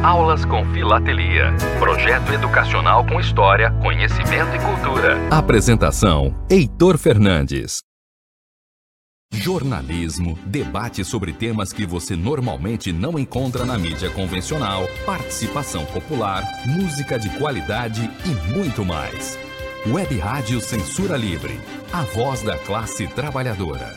Aulas com Filatelia. Projeto educacional com história, conhecimento e cultura. Apresentação: Heitor Fernandes. Jornalismo, debate sobre temas que você normalmente não encontra na mídia convencional, participação popular, música de qualidade e muito mais. Web Rádio Censura Livre, a voz da classe trabalhadora.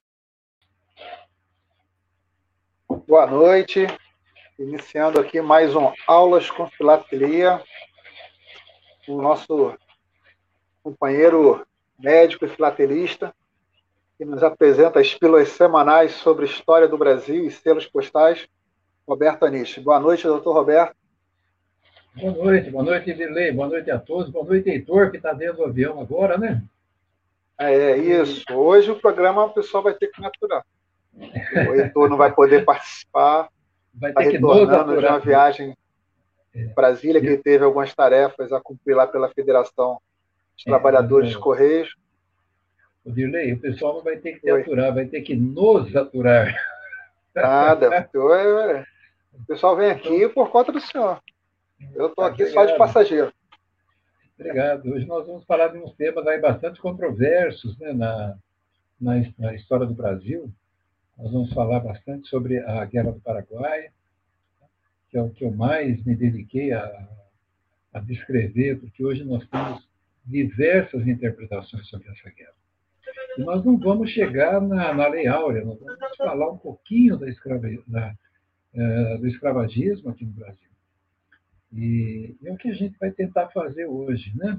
Boa noite, iniciando aqui mais um Aulas com Filatelia, o nosso companheiro médico e filatelista, que nos apresenta as pílulas semanais sobre história do Brasil e selos postais, Roberto Anish. Boa noite, doutor Roberto. Boa noite, Dirley, boa noite a todos, boa noite, Heitor, que está dentro do avião agora, né? É isso, hoje o programa o pessoal vai ter que me aturar. O Heitor não vai poder participar, está retornando de uma viagem em Brasília, que teve algumas tarefas a cumprir lá pela Federação dos Trabalhadores dos Correios. O Dirley, o pessoal não vai ter que te aturar, vai ter que nos aturar. Nada, o pessoal vem aqui por conta do senhor. Eu estou aqui só de passageiro. Obrigado. Hoje nós vamos falar de uns temas aí bastante controversos, né, na história do Brasil. Nós vamos falar bastante sobre a Guerra do Paraguai, que é o que eu mais me dediquei a descrever, porque hoje nós temos diversas interpretações sobre essa guerra. E nós não vamos chegar na Lei Áurea, nós vamos falar um pouquinho do escravagismo aqui no Brasil. E é o que a gente vai tentar fazer hoje, né?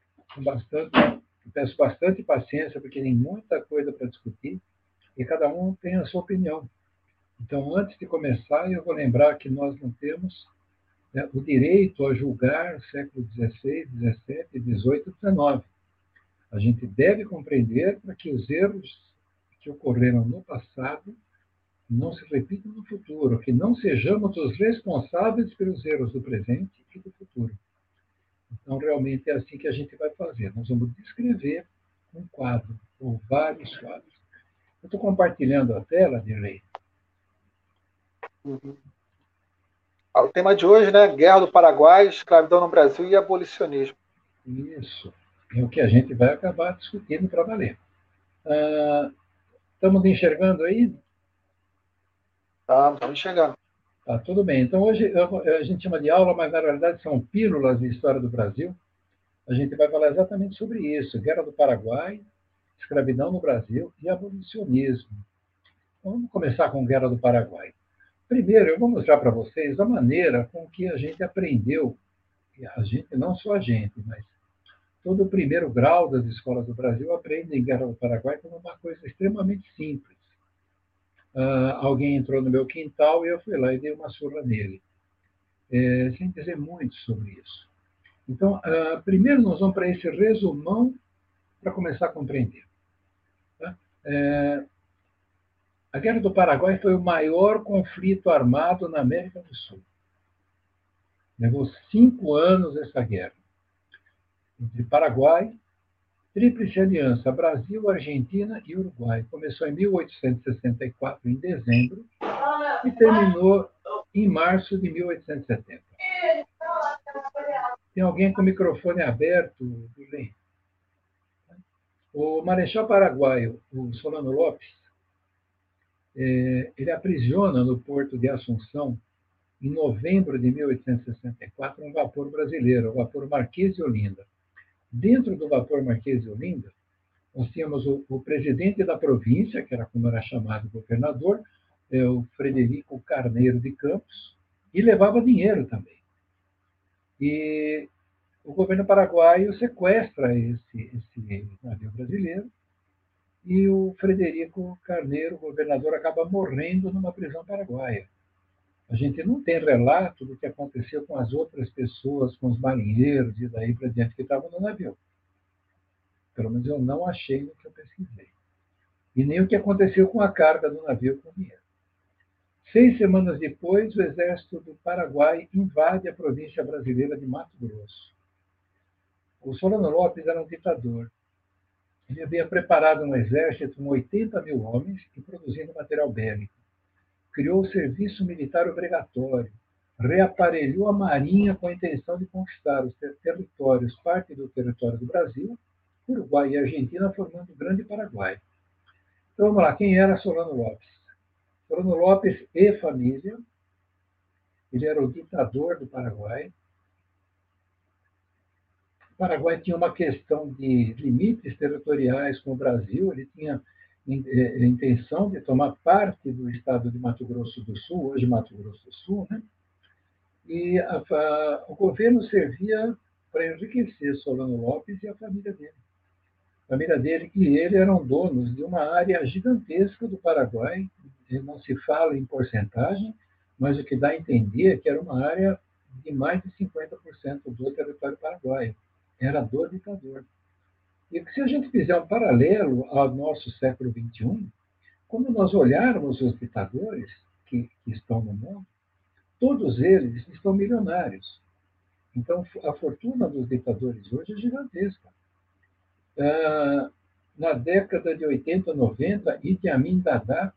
Peço bastante paciência, porque tem muita coisa para discutir e cada um tem a sua opinião. Então, antes de começar, eu vou lembrar que nós não temos o direito a julgar século XVI, XVII, XVIII e XIX. A gente deve compreender para que os erros que ocorreram no passado não se repitam no futuro, que não sejamos os responsáveis pelos erros do presente e do futuro. Então, realmente é assim que a gente vai fazer. Nós vamos descrever um quadro, ou vários quadros. Eu estou compartilhando a tela, Dirley. O tema de hoje, né? Guerra do Paraguai, escravidão no Brasil e abolicionismo. Isso. É o que a gente vai acabar discutindo para valer. Estamos enxergando aí? Estamos enxergando. Tá, tudo bem. Então, hoje a gente chama de aula, mas na realidade são pílulas de história do Brasil. A gente vai falar exatamente sobre isso. Guerra do Paraguai, escravidão no Brasil e abolicionismo. Então, vamos começar com Guerra do Paraguai. Primeiro, eu vou mostrar para vocês a maneira com que a gente aprendeu, a gente, não só a gente, mas todo o primeiro grau das escolas do Brasil aprende em Guerra do Paraguai como uma coisa extremamente simples. Alguém entrou no meu quintal e eu fui lá e dei uma surra nele, sem dizer muito sobre isso. Então, primeiro nós vamos para esse resumão para começar a compreender. Tá? A Guerra do Paraguai foi o maior conflito armado na América do Sul. Levou 5 anos essa guerra. Entre Paraguai, Tríplice Aliança, Brasil, Argentina e Uruguai. Começou em 1864, em dezembro, e terminou em março de 1870. Tem alguém com o microfone aberto, Dirley? O marechal paraguaio, o Solano Lopes, ele aprisiona no porto de Assunção, em novembro de 1864, um vapor brasileiro, o vapor Marquês de Olinda. Dentro do vapor Marquês de Olinda, nós tínhamos o presidente da província, que era como era chamado o governador, o Frederico Carneiro de Campos, e levava dinheiro também. E o governo paraguaio sequestra esse navio brasileiro e o Frederico Carneiro, governador, acaba morrendo numa prisão paraguaia. A gente não tem relato do que aconteceu com as outras pessoas, com os marinheiros e daí para diante que estavam no navio. Pelo menos eu não achei no que eu pesquisei. E nem o que aconteceu com a carga do navio com dinheiro. 6 semanas depois, o exército do Paraguai invade a província brasileira de Mato Grosso. O Solano Lopes era um ditador. Ele havia preparado um exército com 80 mil homens e produzindo material bélico. Criou o serviço militar obrigatório. reaparelhou a marinha com a intenção de conquistar os territórios, parte do território do Brasil, Uruguai e Argentina, formando o Grande Paraguai. Então, vamos lá, quem era Solano Lopes? Solano Lopes e família, ele era o ditador do Paraguai. O Paraguai tinha uma questão de limites territoriais com o Brasil, ele tinha a intenção de tomar parte do estado de Mato Grosso do Sul, hoje Mato Grosso do Sul, né? E o governo servia para enriquecer Solano Lopes e a família dele. A família dele e ele eram donos de uma área gigantesca do Paraguai, não se fala em porcentagem, mas o que dá a entender é que era uma área de mais de 50% do território paraguaio. Era do ditador. E se a gente fizer um paralelo ao nosso século XXI, quando nós olharmos os ditadores que estão no mundo, todos eles estão milionários. Então, a fortuna dos ditadores hoje é gigantesca. Na década de 80, 90, Idi Amin Dada,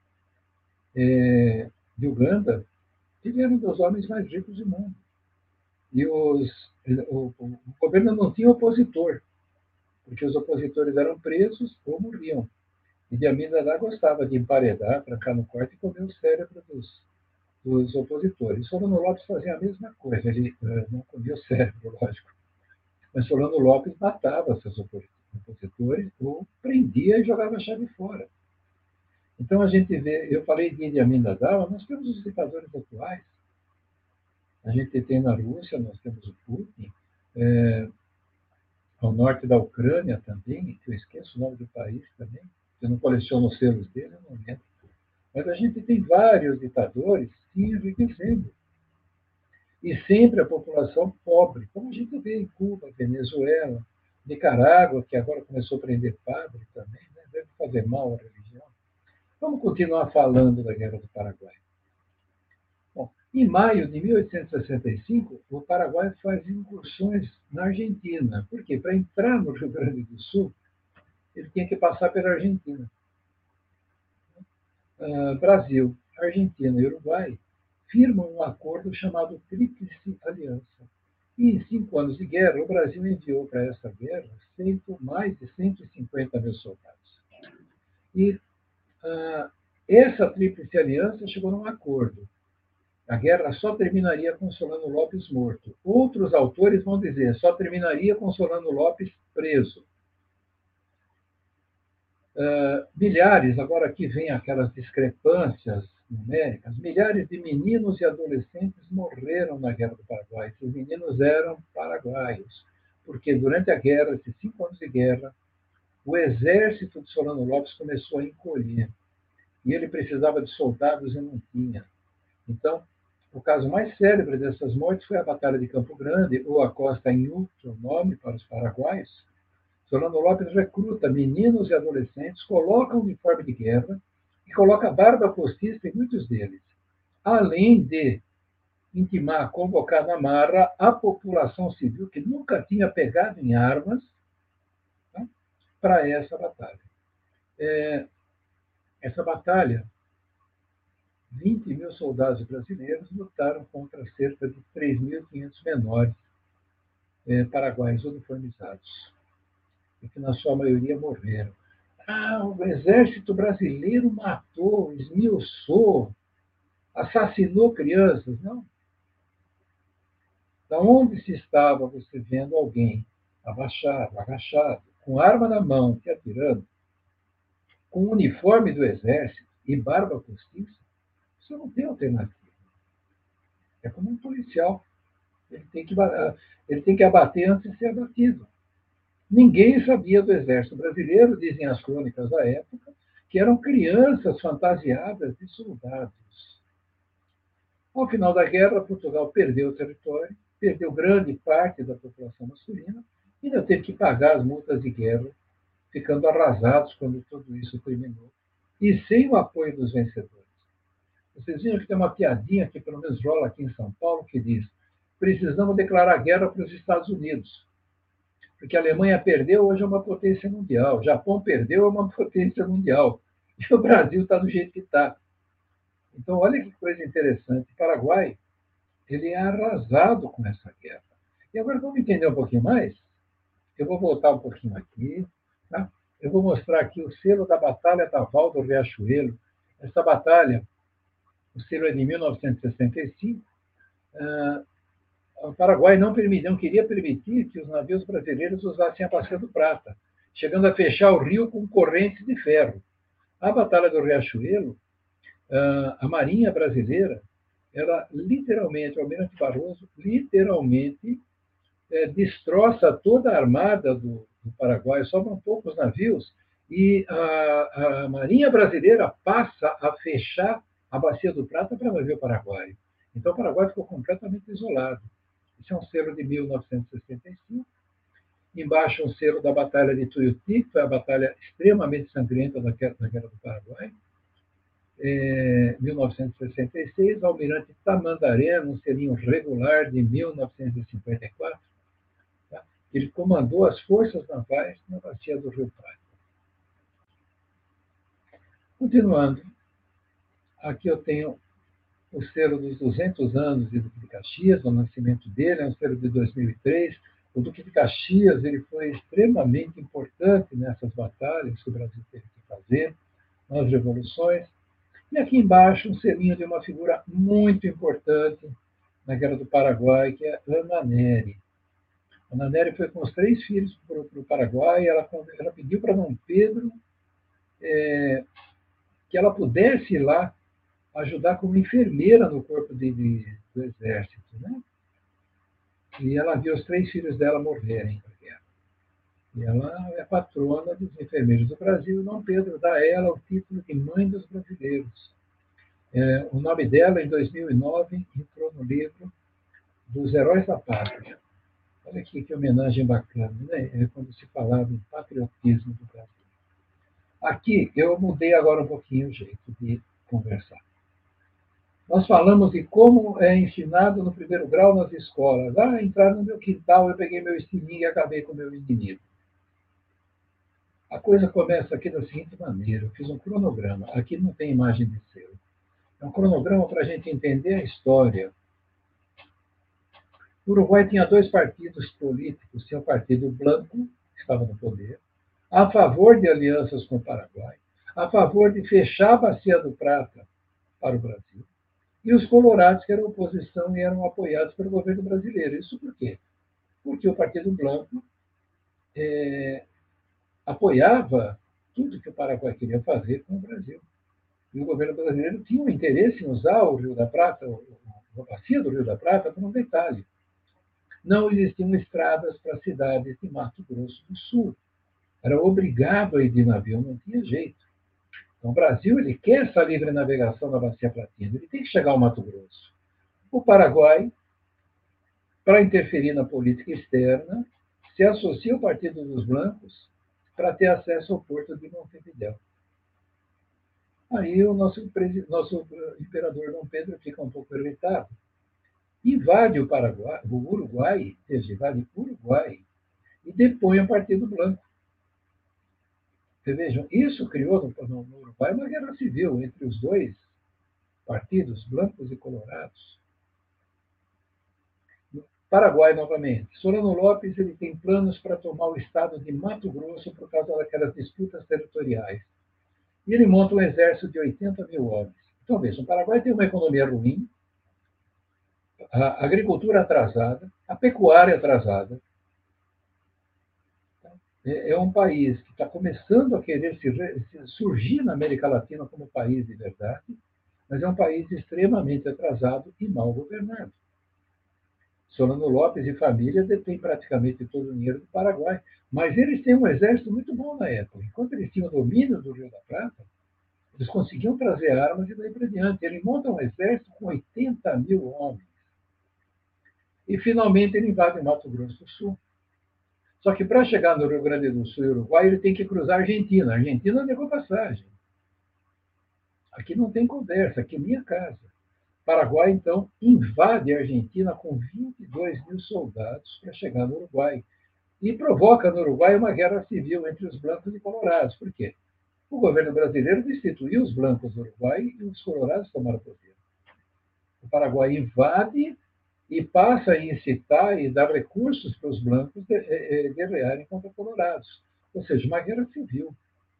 de Uganda, ele era um dos homens mais ricos do mundo. E o governo não tinha opositor, porque os opositores eram presos ou morriam. Idi Amin Dada gostava de emparedar, trancar no quarto e comer o cérebro dos opositores. Solano Lopes fazia a mesma coisa, ele não comia o cérebro, lógico, mas Solano Lopes matava seus opositores ou prendia e jogava a chave fora. Então a gente vê, eu falei de Idi Amin Dada, nós temos os ditadores atuais. A gente tem na Rússia, nós temos o Putin, ao norte da Ucrânia também, que eu esqueço o nome do país também, eu não coleciono os selos dele, eu não lembro. Mas a gente tem vários ditadores se enriquecendo. E sempre a população pobre, como a gente vê em Cuba, Venezuela, Nicarágua, que agora começou a prender padre também, né? Deve fazer mal à religião. Vamos continuar falando da Guerra do Paraguai. Bom, em maio de 1865, o Paraguai faz incursões na Argentina. Por quê? Para entrar no Rio Grande do Sul, ele tinha que passar pela Argentina. Brasil, Argentina e Uruguai firmam um acordo chamado Tríplice Aliança. E em 5 anos de guerra, o Brasil enviou para essa guerra mais de 150 mil soldados. E essa Tríplice Aliança chegou num acordo. A guerra só terminaria com Solano Lopes morto. Outros autores vão dizer só terminaria com Solano Lopes preso. Milhares, agora aqui vem aquelas discrepâncias numéricas, milhares de meninos e adolescentes morreram na Guerra do Paraguai. Esses meninos eram paraguaios, porque durante a guerra, esses 5 anos de guerra, o exército de Solano Lopes começou a encolher, e ele precisava de soldados e não tinha. Então, o caso mais célebre dessas mortes foi a Batalha de Campo Grande, ou a Costa Inhu, que é o nome para os paraguaios. Solano Lopes recruta meninos e adolescentes, coloca uniforme de guerra e coloca barba postiça em muitos deles, além de intimar, convocar na marra a população civil que nunca tinha pegado em armas, tá, para essa batalha. Essa batalha, 20 mil soldados brasileiros lutaram contra cerca de 3.500 menores paraguaios uniformizados, e que na sua maioria morreram. O exército brasileiro matou, esmiuçou, assassinou crianças. Não. Da onde se estava você vendo alguém abaixado, agachado, com arma na mão, te atirando, com o uniforme do exército e barba postiça? Você não tem alternativa. É como um policial. Ele tem que abater antes de ser abatido. Ninguém sabia do exército brasileiro, dizem as crônicas da época, que eram crianças fantasiadas de soldados. Ao final da guerra, Portugal perdeu o território, perdeu grande parte da população masculina e ainda teve que pagar as multas de guerra, ficando arrasados quando tudo isso terminou, e sem o apoio dos vencedores. Vocês viram que tem uma piadinha que pelo menos rola aqui em São Paulo, que diz: precisamos declarar guerra para os Estados Unidos, porque a Alemanha perdeu, hoje é uma potência mundial. O Japão perdeu, é uma potência mundial. E o Brasil está do jeito que está. Então, olha que coisa interessante. O Paraguai ele é arrasado com essa guerra. E agora, vamos entender um pouquinho mais? Eu vou voltar um pouquinho aqui. Tá? Eu vou mostrar aqui o selo da Batalha Naval do Riachuelo. Essa batalha, o selo é de 1965. O Paraguai não queria permitir que os navios brasileiros usassem a Bacia do Prata, chegando a fechar o rio com correntes de ferro. A Batalha do Riachuelo, a Marinha Brasileira, ela literalmente, o Almirante Barroso, literalmente destroça toda a armada do Paraguai, sobram poucos navios, e a Marinha Brasileira passa a fechar a Bacia do Prata para navio paraguaio. Então, o Paraguai ficou completamente isolado. Esse é um selo de 1965. Embaixo, um selo da Batalha de Tuiuti, que foi a batalha extremamente sangrenta da Guerra do Paraguai. 1966, Almirante Tamandaré, um selinho regular de 1954. Tá? Ele comandou as forças navais na bacia do Rio Prata. Continuando, aqui eu tenho o selo dos 200 anos de Duque de Caxias, o nascimento dele, é um selo de 2003. O Duque de Caxias ele foi extremamente importante nessas batalhas que o Brasil teve que fazer, nas revoluções. E aqui embaixo, um selinho de uma figura muito importante na Guerra do Paraguai, que é Ana Nery. Ana Nery foi com os 3 filhos para o Paraguai, ela pediu para Dom Pedro que ela pudesse ir lá ajudar como enfermeira no corpo do exército. Né? E ela viu os 3 filhos dela morrerem na guerra. E ela é patrona dos enfermeiros do Brasil, e Dom Pedro dá a ela o título de Mãe dos Brasileiros. O nome dela, em 2009, entrou no livro dos Heróis da Pátria. Olha aqui que homenagem bacana, né? É quando se falava em patriotismo do Brasil. Aqui, eu mudei agora um pouquinho o jeito de conversar. Nós falamos de como é ensinado no primeiro grau nas escolas. Entrar no meu quintal, eu peguei meu estilingue e acabei com o meu inimigo. A coisa começa aqui da seguinte maneira. Eu fiz um cronograma. Aqui não tem imagem de selo. É um cronograma para a gente entender a história. O Uruguai tinha 2 partidos políticos. Tinha o Partido Blanco, que estava no poder, a favor de alianças com o Paraguai, a favor de fechar a Bacia do Prata para o Brasil, e os colorados, que eram oposição e eram apoiados pelo governo brasileiro. Isso por quê? Porque o Partido Blanco apoiava tudo que o Paraguai queria fazer com o Brasil. E o governo brasileiro tinha um interesse em usar o Rio da Prata, a bacia do Rio da Prata, por um detalhe. Não existiam estradas para cidades de Mato Grosso do Sul. Era obrigado a ir de navio, não tinha jeito. Então, o Brasil ele quer essa livre navegação na Bacia Platina, ele tem que chegar ao Mato Grosso. O Paraguai, para interferir na política externa, se associa ao Partido dos Blancos para ter acesso ao porto de Montevidéu. Aí o nosso imperador Dom Pedro fica um pouco irritado. Invade o Paraguai, o Uruguai, invade o Uruguai e depõe o Partido Blanco. Vocês vejam, isso criou no Uruguai uma guerra civil entre os 2 partidos, brancos e colorados. No Paraguai, novamente, Solano Lopes ele tem planos para tomar o estado de Mato Grosso por causa daquelas disputas territoriais. E ele monta um exército de 80 mil homens. Então, veja, o Paraguai tem uma economia ruim, a agricultura atrasada, a pecuária atrasada. É um país que está começando a querer surgir na América Latina como país de verdade, mas é um país extremamente atrasado e mal governado. Solano Lopes e família detêm praticamente todo o dinheiro do Paraguai, mas eles têm um exército muito bom na época. Enquanto eles tinham domínio do Rio da Prata, eles conseguiam trazer armas e daí para diante. Ele monta um exército com 80 mil homens. E, finalmente, ele invade o Mato Grosso do Sul. Só que, para chegar no Rio Grande do Sul e Uruguai, ele tem que cruzar a Argentina. A Argentina negou passagem. Aqui não tem conversa, aqui é minha casa. O Paraguai, então, invade a Argentina com 22 mil soldados para chegar no Uruguai. E provoca no Uruguai uma guerra civil entre os blancos e colorados. Por quê? O governo brasileiro destituiu os blancos do Uruguai e os colorados tomaram o poder. O Paraguai invade e passa a incitar e dar recursos para os brancos guerrearem contra colorados. Ou seja, uma guerra civil.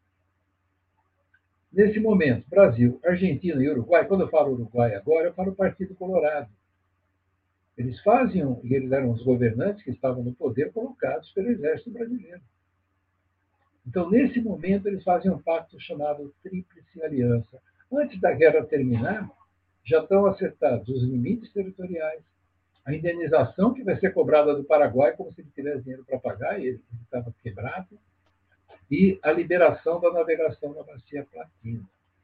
Nesse momento, Brasil, Argentina e Uruguai, quando eu falo Uruguai agora, eu falo Partido Colorado. Eles faziam, e eles eram os governantes que estavam no poder colocados pelo Exército Brasileiro. Então, nesse momento, eles fazem um pacto chamado Tríplice Aliança. Antes da guerra terminar, já estão acertados os limites territoriais, a indenização que vai ser cobrada do Paraguai, como se ele tivesse dinheiro para pagar, e ele estava quebrado, e a liberação da navegação na Bacia Platina.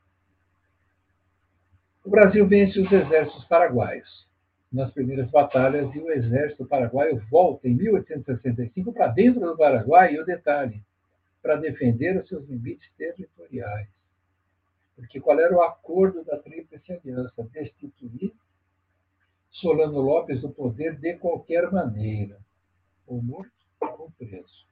O Brasil vence os exércitos paraguaios nas primeiras batalhas e o exército paraguaio volta em 1865 para dentro do Paraguai, e o detalhe, para defender os seus limites territoriais. Porque qual era o acordo da Tríplice Aliança? Destituir Solano Lopes do poder de qualquer maneira, ou morto ou preso.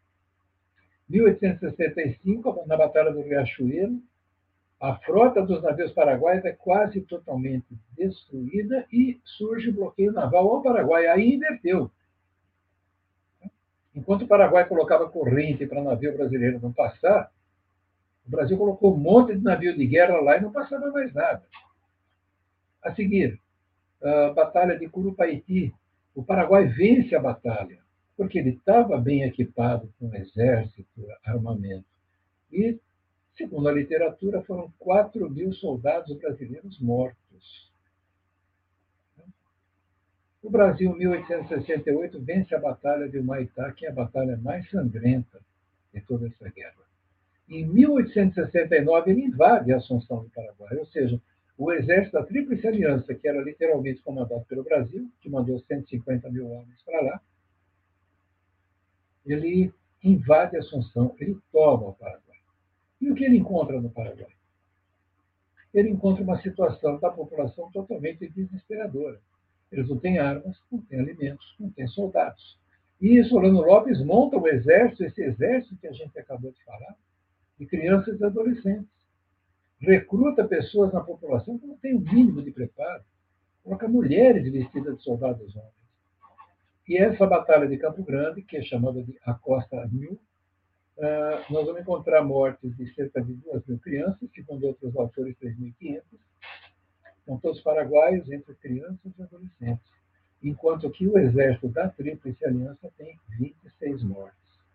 1865, na Batalha do Riachuelo, a frota dos navios paraguaios é quase totalmente destruída e surge o bloqueio naval ao Paraguai. Aí inverteu. Enquanto o Paraguai colocava corrente para navio brasileiro não passar, o Brasil colocou um monte de navio de guerra lá e não passava mais nada. A seguir, a Batalha de Curupaiti, o Paraguai vence a batalha, porque ele estava bem equipado com exército, armamento. E, segundo a literatura, foram 4.000 soldados brasileiros mortos. O Brasil, em 1868, vence a Batalha de Humaitá, que é a batalha mais sangrenta de toda essa guerra. Em 1869, ele invade a Assunção do Paraguai, ou seja, o exército da Tríplice Aliança, que era literalmente comandado pelo Brasil, que mandou 150 mil homens para lá, ele invade Assunção, ele toma o Paraguai. E o que ele encontra no Paraguai? Ele encontra uma situação da população totalmente desesperadora. Eles não têm armas, não têm alimentos, não têm soldados. E Solano Lopes monta o exército, esse exército que a gente acabou de falar, de crianças e adolescentes. Recruta pessoas na população que não têm o mínimo de preparo. Coloca mulheres vestidas de soldados homens. E essa batalha de Campo Grande, que é chamada de Acosta Mil, nós vamos encontrar mortes de cerca de 2.000 crianças, segundo outros autores, 3.500. São todos paraguaios, entre crianças e adolescentes. Enquanto que o exército da Tríplice Aliança tem 26 mortes.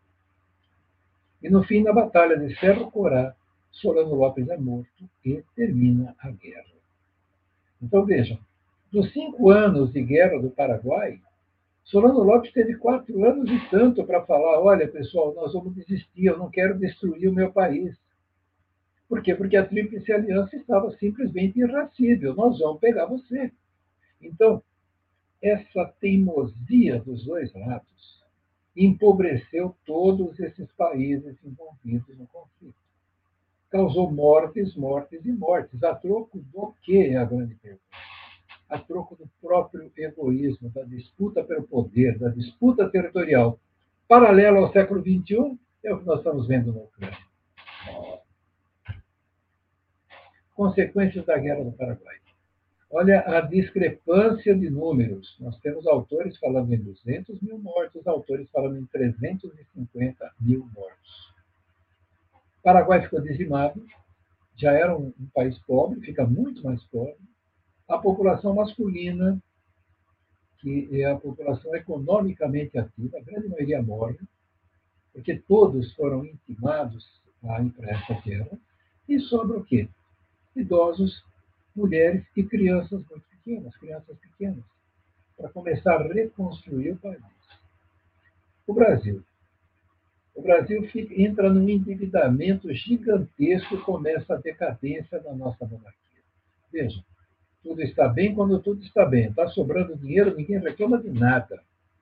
E no fim da batalha de Cerro Corá, Solano Lopes é morto e termina a guerra. Então vejam, dos 5 anos de guerra do Paraguai, Solano Lopes teve 4 anos e tanto para falar: olha, pessoal, nós vamos desistir, eu não quero destruir o meu país. Por quê? Porque a Tríplice Aliança estava simplesmente irracível, nós vamos pegar você. Então, essa teimosia dos dois lados empobreceu todos esses países envolvidos no conflito. Causou mortes, mortes e mortes. A troco do quê é a grande pergunta? A troco do próprio egoísmo, da disputa pelo poder, da disputa territorial. Paralelo ao século XXI, é o que nós estamos vendo na Ucrânia. Consequências da Guerra do Paraguai. Olha a discrepância de números. Nós temos autores falando em 200 mil mortos, autores falando em 350 mil mortos. O Paraguai ficou dizimado, já era um país pobre, fica muito mais pobre. A população masculina, que é a população economicamente ativa, a grande maioria morre, porque todos foram intimados a ir para essa guerra. E sobra o quê? Idosos, mulheres e crianças muito pequenas, para começar a reconstruir o país. O Brasil entra num endividamento gigantesco e começa a decadência da nossa monarquia. Veja, tudo está bem quando tudo está bem. Está sobrando dinheiro, ninguém reclama de nada.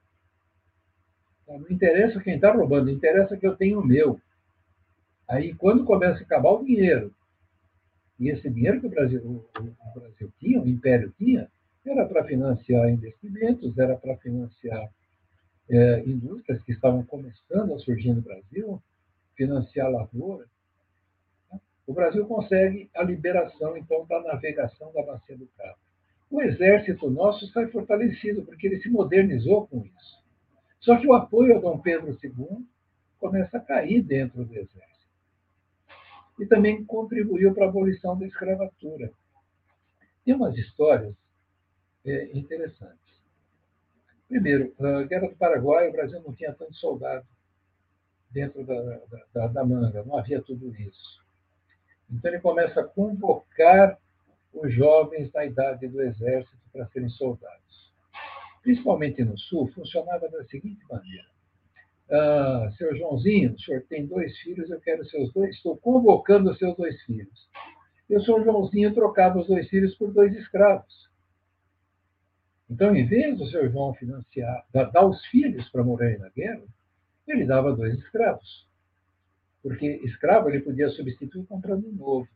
Não interessa quem está roubando, interessa que eu tenho o meu. Aí, quando começa a acabar o dinheiro, e esse dinheiro que o Brasil tinha, o Império tinha, era para financiar investimentos, era para financiar indústrias que estavam começando a surgir no Brasil, financiar a lavoura. O Brasil consegue a liberação, então, da navegação da Bacia do Prata. O exército nosso sai fortalecido, porque ele se modernizou com isso. Só que o apoio a Dom Pedro II começa a cair dentro do exército. E também contribuiu para a abolição da escravatura. Tem umas histórias interessantes. Primeiro, a Guerra do Paraguai, o Brasil não tinha tanto soldado dentro da manga, não havia tudo isso. Então ele começa a convocar os jovens da idade do exército para serem soldados. Principalmente no Sul, funcionava da seguinte maneira. Seu Joãozinho, o senhor tem 2 filhos, eu quero seus 2, estou convocando os seus 2 filhos. E o senhor Joãozinho trocava os 2 filhos por 2 escravos. Então, em vez do seu João financiar, dar os filhos para morrerem na guerra, ele dava 2 escravos. Porque escravo ele podia substituir comprando um novo.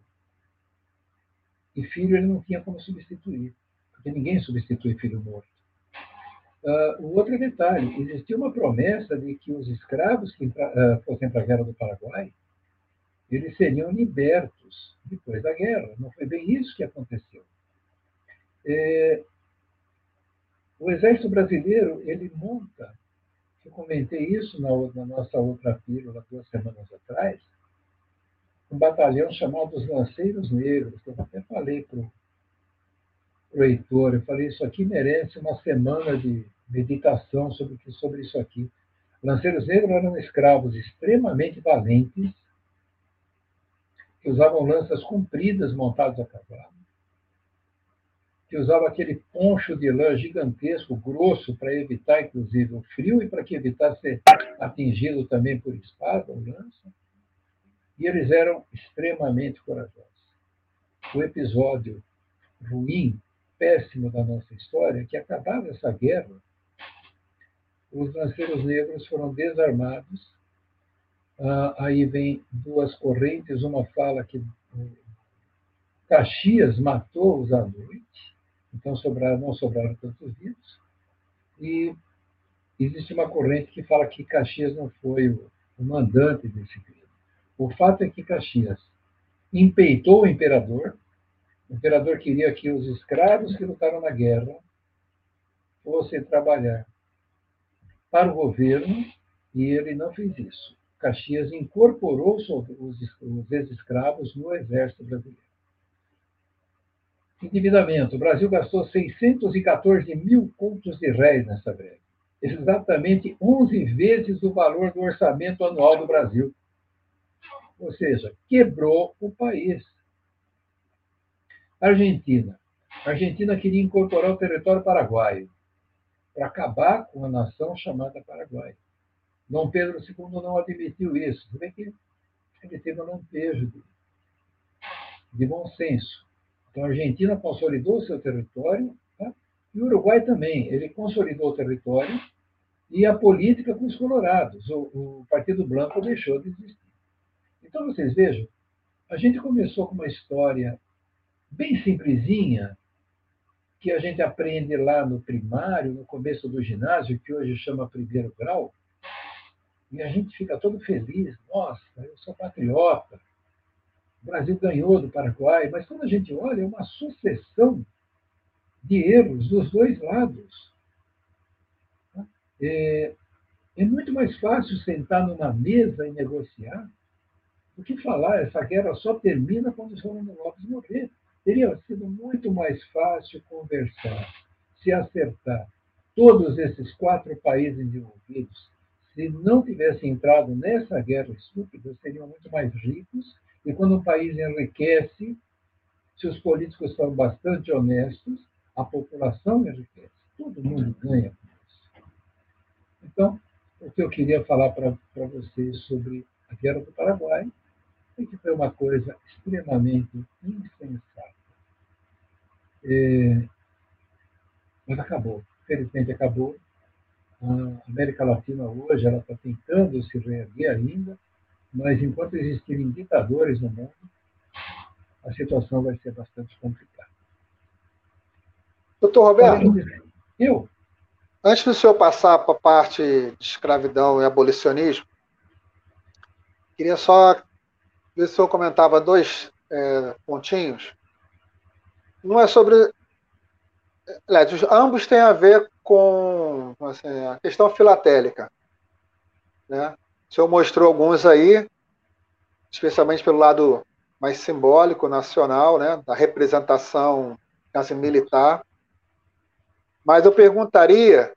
E filho ele não tinha como substituir, porque ninguém substitui filho morto. O outro detalhe, existia uma promessa de que os escravos que fossem para a Guerra do Paraguai, eles seriam libertos depois da guerra. Não foi bem isso que aconteceu. O Exército Brasileiro, ele monta, eu comentei isso na nossa outra pílula 2 semanas atrás, um batalhão chamado os Lanceiros Negros, que eu até falei para o Heitor, eu falei, isso aqui merece uma semana de meditação sobre isso aqui. Lanceiros Negros eram escravos extremamente valentes, que usavam lanças compridas montadas a cavalo, que usavam aquele poncho de lã gigantesco, grosso, para evitar, inclusive, o frio e para que evitasse ser atingido também por espada ou lança. E eles eram extremamente corajosos. O episódio ruim, péssimo da nossa história, é que acabada essa guerra, os lanceiros negros foram desarmados. Aí vem 2 correntes, uma fala que Caxias matou-os à noite, então não sobraram tantos vivos, e existe uma corrente que fala que Caxias não foi o mandante desse crime. O fato é que Caxias empeitou o imperador queria que os escravos que lutaram na guerra fossem trabalhar para o governo, e ele não fez isso. Caxias incorporou os ex-escravos no exército brasileiro. Endividamento. O Brasil gastou 614 mil contos de réis nessa greve. Exatamente 11 vezes o valor do orçamento anual do Brasil. Ou seja, quebrou o país. Argentina. A Argentina queria incorporar o território paraguaio para acabar com a nação chamada Paraguai. Dom Pedro II não admitiu isso. Você vê que ele teve um lampejo de bom senso. Então, a Argentina consolidou seu território, tá? E o Uruguai também. Ele consolidou o território e a política com os colorados. O Partido Branco deixou de existir. Então, vocês vejam, a gente começou com uma história bem simplesinha, que a gente aprende lá no primário, no começo do ginásio, que hoje chama 1º grau, e a gente fica todo feliz. Nossa, eu sou patriota. O Brasil ganhou do Paraguai, mas quando a gente olha, é uma sucessão de erros dos 2 lados. É muito mais fácil sentar numa mesa e negociar do que falar, essa guerra só termina quando o Solano Lopes morrer. Teria sido muito mais fácil conversar, se acertar. Todos esses 4 países envolvidos, se não tivessem entrado nessa guerra estúpida, seriam muito mais ricos. E quando um país enriquece, se os políticos são bastante honestos, a população enriquece. Todo mundo ganha com isso. Então, o que eu queria falar para vocês sobre a Guerra do Paraguai é que foi uma coisa extremamente insensata. Mas acabou. Felizmente acabou. A América Latina hoje ela está tentando se reerguer ainda, mas enquanto existirem ditadores no mundo, a situação vai ser bastante complicada. Doutor Roberto, eu? Antes do senhor passar para a parte de escravidão e abolicionismo, queria só ver se o senhor comentava 2 pontinhos. Um é sobre ambos têm a ver com assim, a questão filatélica, né? O senhor mostrou alguns aí, especialmente pelo lado mais simbólico, nacional, né? Da representação assim, militar. Mas eu perguntaria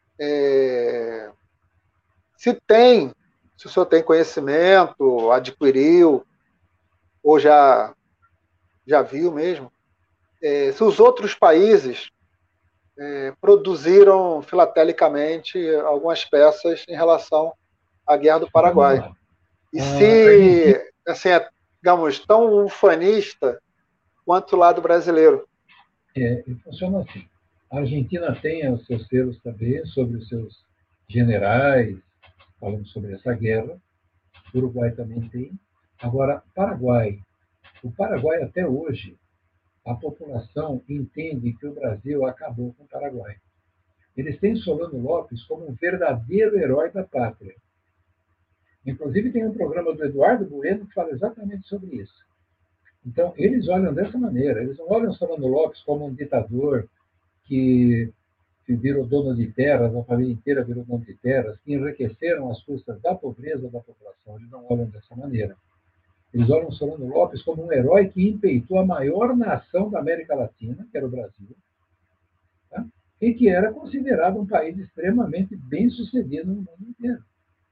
se o senhor tem conhecimento, adquiriu, ou já viu mesmo, se os outros países produziram filatelicamente algumas peças em relação à Guerra do Vamos Paraguai. lá. E A Argentina, se, assim, digamos, tão ufanista quanto o lado brasileiro. funciona assim. A Argentina tem os seus selos também sobre os seus generais, falando sobre essa guerra. O Uruguai também tem. Agora, Paraguai. O Paraguai, até hoje, a população entende que o Brasil acabou com o Paraguai. Eles têm Solano Lopes como um verdadeiro herói da pátria. Inclusive, tem um programa do Eduardo Bueno que fala exatamente sobre isso. Então, eles olham dessa maneira. Eles não olham Solano Lopes como um ditador que virou dono de terras, a família inteira virou dono de terras, que enriqueceram às custas da pobreza da população. Eles não olham dessa maneira. Eles olham Solano Lopes como um herói que empeitou a maior nação da América Latina, que era o Brasil, tá? E que era considerado um país extremamente bem sucedido no mundo inteiro.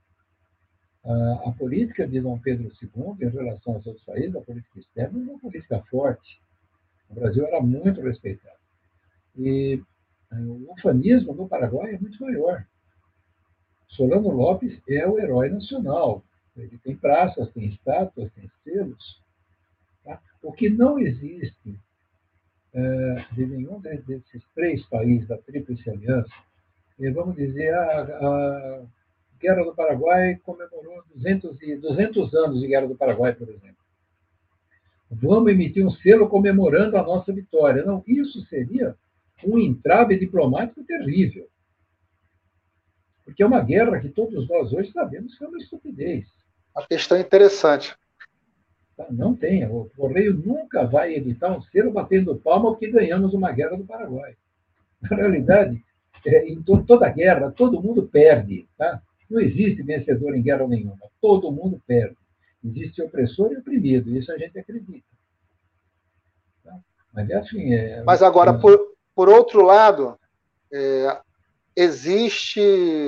A política de Dom Pedro II, em relação aos outros países, a política externa, era uma política forte. O Brasil era muito respeitado. E o ufanismo no Paraguai é muito maior. Solano Lopes é o herói nacional. Ele tem praças, tem estátuas, tem selos. Tá? O que não existe de nenhum desses três países da Tríplice Aliança, vamos dizer, a Guerra do Paraguai comemorou 200 anos de Guerra do Paraguai, por exemplo. Vamos emitir um selo comemorando a nossa vitória. Não, isso seria um entrave diplomático terrível. Porque é uma guerra que todos nós hoje sabemos que é uma estupidez. Uma questão interessante. Não tem. O Correio nunca vai editar um selo batendo palma porque ganhamos uma guerra do Paraguai. Na realidade, em toda guerra, todo mundo perde. Tá? Não existe vencedor em guerra nenhuma. Todo mundo perde. Existe opressor e oprimido. Isso a gente acredita. Tá? Mas, assim, Mas agora, por outro lado, existe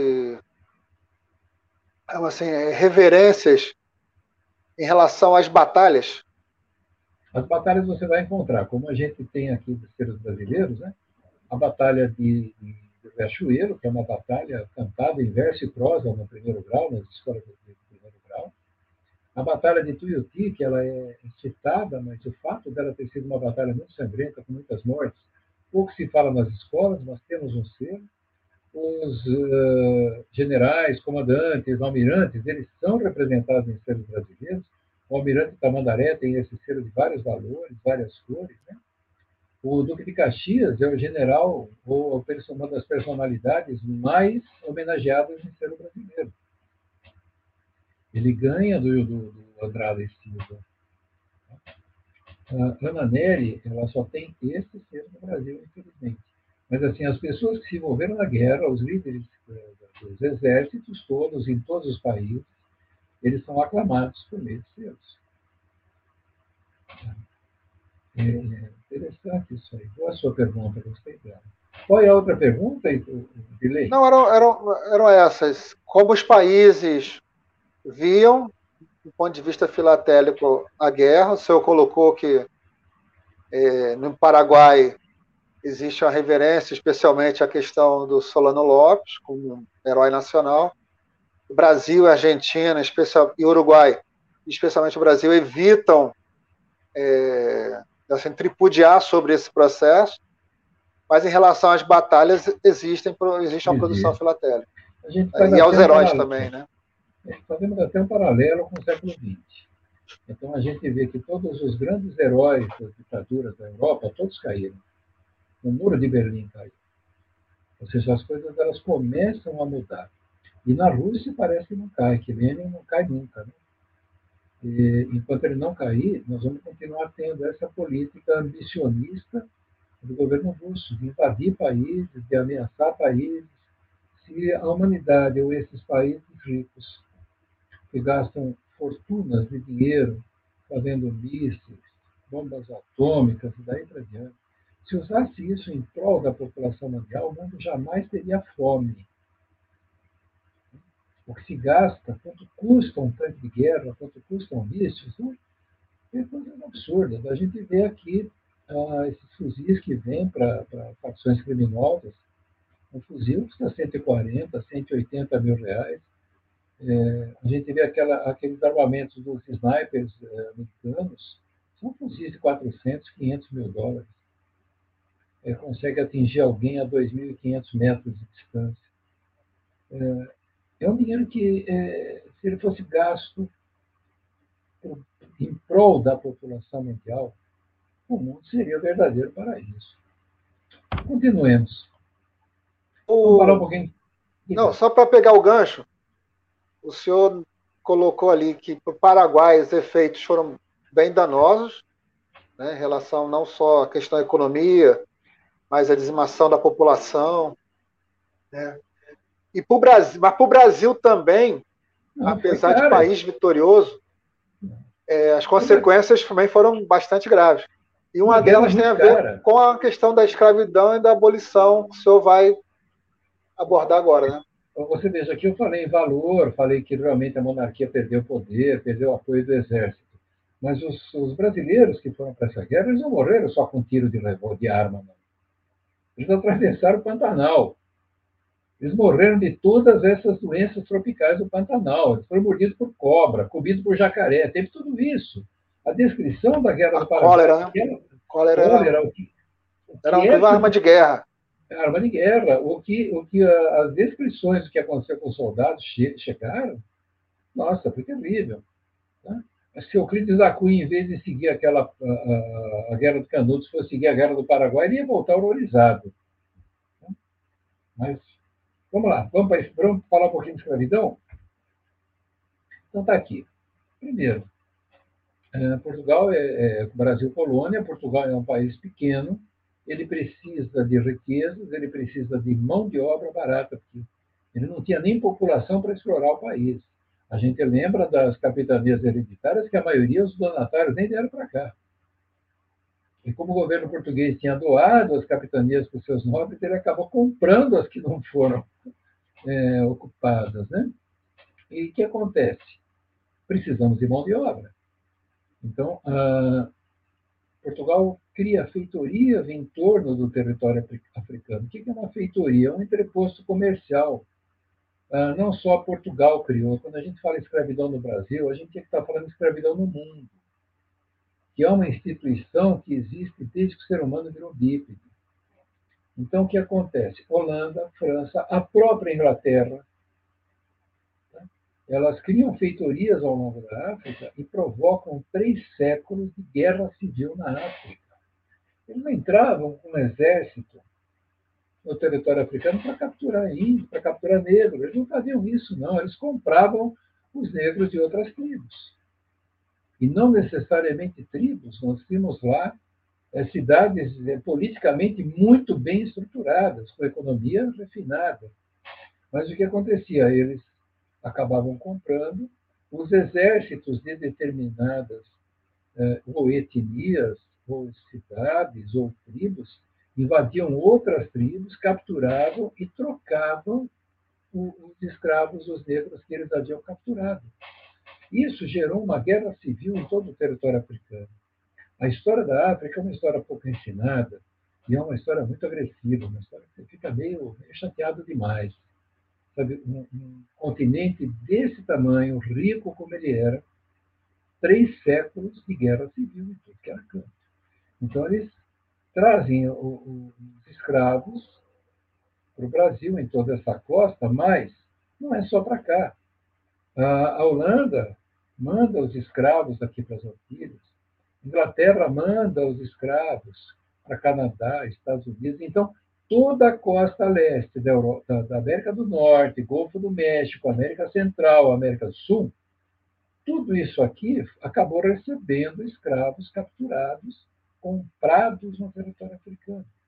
assim, reverências em relação às batalhas. As batalhas você vai encontrar, como a gente tem aqui dos seres brasileiros, né? A batalha de Riachuelo, que é uma batalha cantada em verso e prosa no primeiro grau, nas escolas do primeiro grau. A batalha de Tuiuti, que ela é citada, mas o fato dela ter sido uma batalha muito sangrenta, com muitas mortes, pouco se fala nas escolas, mas temos um selo. Os generais, comandantes, almirantes, eles são representados em selos brasileiros. O almirante Tamandaré tem esse selo de vários valores, várias cores, né? O Duque de Caxias é o general, ou uma das personalidades mais homenageadas em selo brasileiro. Ele ganha do Andrade Silva. A Ana Nery, ela só tem esse selo no Brasil, infelizmente. Mas, assim, as pessoas que se envolveram na guerra, os líderes dos exércitos todos, em todos os países, eles são aclamados por meio de selos. É interessante isso aí. Boa a sua pergunta, gostei dela. Qual é a outra pergunta, Dilei? Não, eram essas. Como os países viam, do ponto de vista filatélico, a guerra. O senhor colocou que no Paraguai existe uma reverência, especialmente a questão do Solano Lopes, como um herói nacional. O Brasil, a Argentina e o Uruguai, especialmente o Brasil, evitam assim, tripudiar sobre esse processo, mas em relação às batalhas existe uma produção filatélica. E aos heróis também, né? Fazemos até um paralelo com o século XX. Então a gente vê que todos os grandes heróis das ditaduras da Europa, todos caíram. O Muro de Berlim caiu. Ou seja, as coisas elas começam a mudar. E na Rússia parece que não cai, que Lenin não cai nunca. Né? E, enquanto ele não cair, nós vamos continuar tendo essa política ambicionista do governo russo, de invadir países, de ameaçar países. Se a humanidade ou esses países ricos que gastam fortunas de dinheiro fazendo mísseis, bombas atômicas e daí para diante, se usasse isso em prol da população mundial, o mundo jamais teria fome. O que se gasta, quanto custa um tanque de guerra, quanto custam mísseis, é coisas absurdas. A gente vê aqui esses fuzis que vêm para facções criminosas. Um fuzil custa 140, 180 mil reais. A gente vê aqueles armamentos dos snipers americanos, são fuzis de 400, 500 mil dólares. Consegue atingir alguém a 2.500 metros de distância. É um dinheiro que, se ele fosse gasto em prol da população mundial, o mundo seria o verdadeiro paraíso. Continuemos. Vamos falar um pouquinho. Não, só para pegar o gancho, o senhor colocou ali que para o Paraguai os efeitos foram bem danosos, né, em relação não só à questão da economia, mas à dizimação da população, né? E para o Brasil, mas para o Brasil também, apesar de país vitorioso, as consequências também foram bastante graves. E uma delas tem a ver com a questão da escravidão e da abolição, que o senhor vai abordar agora, né? Você veja, aqui eu falei em valor, falei que realmente a monarquia perdeu o poder, perdeu o apoio do exército. Mas os brasileiros que foram para essa guerra, eles não morreram só com tiro de arma, não. Eles atravessaram o Pantanal. Eles morreram de todas essas doenças tropicais do Pantanal. Eles foram mordidos por cobra, comidos por jacaré, teve tudo isso. A descrição da Guerra do Paraguai... Cólera era uma arma de guerra. Arma de guerra. O que as descrições do que aconteceu com os soldados chegaram, nossa, foi terrível. Tá? Se Euclides da Cunha, em vez de seguir a Guerra do Canudos, fosse seguir a Guerra do Paraguai, ele ia voltar horrorizado. Tá? Mas, vamos lá, vamos falar um pouquinho de escravidão? Então, está aqui. Primeiro, Portugal Brasil colônia, Portugal é um país pequeno, ele precisa de riquezas, ele precisa de mão de obra barata, porque ele não tinha nem população para explorar o país. A gente lembra das capitanias hereditárias que a maioria dos donatários nem deram para cá. E como o governo português tinha doado as capitanias para os seus nobres, ele acabou comprando as que não foram ocupadas, né? E o que acontece? Precisamos de mão de obra. Então, Portugal cria feitorias em torno do território africano. O que é uma feitoria? É um entreposto comercial. Não só Portugal criou. Quando a gente fala escravidão no Brasil, a gente tem que estar falando de escravidão no mundo, que é uma instituição que existe desde que o ser humano virou bípede. Então, o que acontece? Holanda, França, a própria Inglaterra, elas criam feitorias ao longo da África e provocam 3 séculos de guerra civil na África. Eles não entravam com um exército no território africano para capturar índios, para capturar negros. Eles não faziam isso, não. Eles compravam os negros de outras tribos. E não necessariamente tribos. Nós tínhamos lá cidades politicamente muito bem estruturadas, com economia refinada. Mas o que acontecia? Eles acabavam comprando os exércitos de determinadas ou etnias, ou cidades, ou tribos, invadiam outras tribos, capturavam e trocavam os escravos, os negros que eles haviam capturado. Isso gerou uma guerra civil em todo o território africano. A história da África é uma história pouco ensinada e é uma história muito agressiva, uma história que você fica meio chateado demais. Sabe, um continente desse tamanho, rico como ele era, 3 séculos de guerra civil em tudo que era canto. Então, eles trazem os escravos para o Brasil, em toda essa costa, mas não é só para cá. A Holanda manda os escravos aqui para as Antilhas, a Inglaterra manda os escravos para Canadá, Estados Unidos. Então, toda a costa leste da América do Norte, Golfo do México, América Central, América do Sul, tudo isso aqui acabou recebendo escravos capturados, comprados no território africano.